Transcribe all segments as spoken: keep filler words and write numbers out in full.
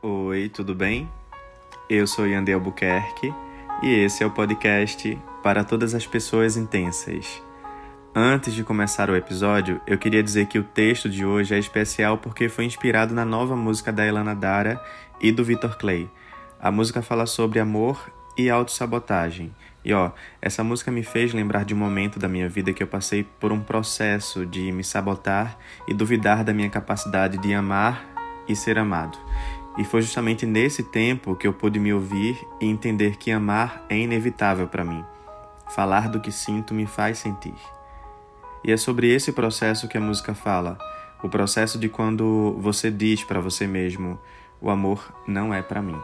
Oi, tudo bem? Eu sou Yandel Albuquerque e esse é o podcast para todas as pessoas intensas. Antes de começar o episódio, eu queria dizer que o texto de hoje é especial porque foi inspirado na nova música da Elana Dara e do Victor Clay. A música fala sobre amor e autossabotagem. E ó, essa música me fez lembrar de um momento da minha vida que eu passei por um processo de me sabotar e duvidar da minha capacidade de amar e ser amado. E foi justamente nesse tempo que eu pude me ouvir e entender que amar é inevitável para mim. Falar do que sinto me faz sentir. E é sobre esse processo que a música fala. O processo de quando você diz para você mesmo: o amor não é para mim.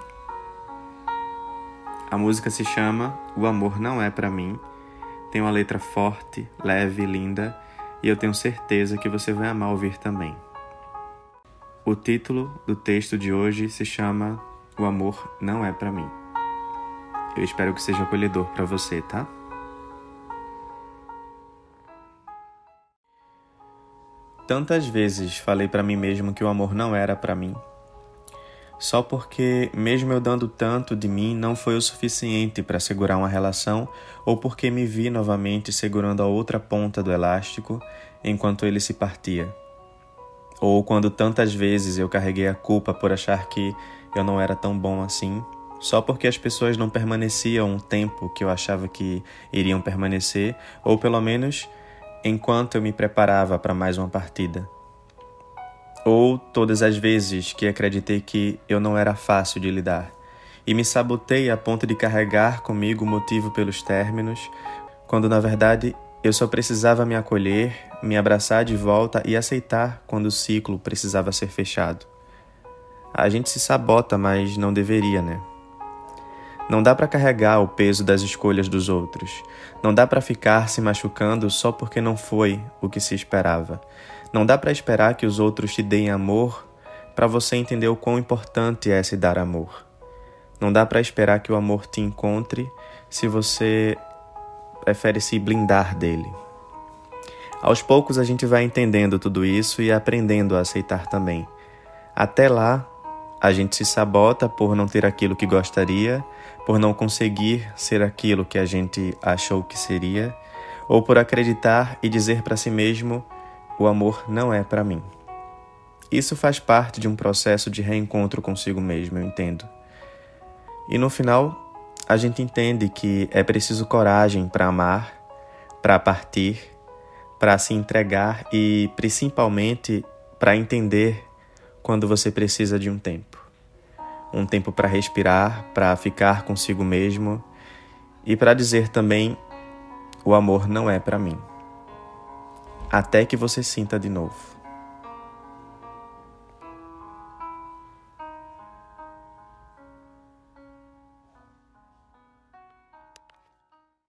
A música se chama O Amor Não É Pra Mim. Tem uma letra forte, leve e linda. E eu tenho certeza que você vai amar ouvir também. O título do texto de hoje se chama O Amor Não É Pra Mim. Eu espero que seja acolhedor para você, tá? Tantas vezes falei para mim mesmo que o amor não era para mim. Só porque, mesmo eu dando tanto de mim, não foi o suficiente para segurar uma relação, ou porque me vi novamente segurando a outra ponta do elástico enquanto ele se partia. Ou quando tantas vezes eu carreguei a culpa por achar que eu não era tão bom assim, só porque as pessoas não permaneciam um tempo que eu achava que iriam permanecer, ou pelo menos enquanto eu me preparava para mais uma partida. Ou todas as vezes que acreditei que eu não era fácil de lidar, e me sabotei a ponto de carregar comigo o motivo pelos términos, quando na verdade eu só precisava me acolher, me abraçar de volta e aceitar quando o ciclo precisava ser fechado. A gente se sabota, mas não deveria, né? Não dá para carregar o peso das escolhas dos outros. Não dá para ficar se machucando só porque não foi o que se esperava. Não dá para esperar que os outros te deem amor para você entender o quão importante é se dar amor. Não dá para esperar que o amor te encontre se você prefere se blindar dele. Aos poucos a gente vai entendendo tudo isso e aprendendo a aceitar também. Até lá, a gente se sabota por não ter aquilo que gostaria, por não conseguir ser aquilo que a gente achou que seria, ou por acreditar e dizer para si mesmo: o amor não é para mim. Isso faz parte de um processo de reencontro consigo mesmo, eu entendo. E no final, a gente entende que é preciso coragem para amar, para partir, para se entregar e, principalmente, para entender quando você precisa de um tempo. Um tempo para respirar, para ficar consigo mesmo e para dizer também: o amor não é para mim. Até que você sinta de novo.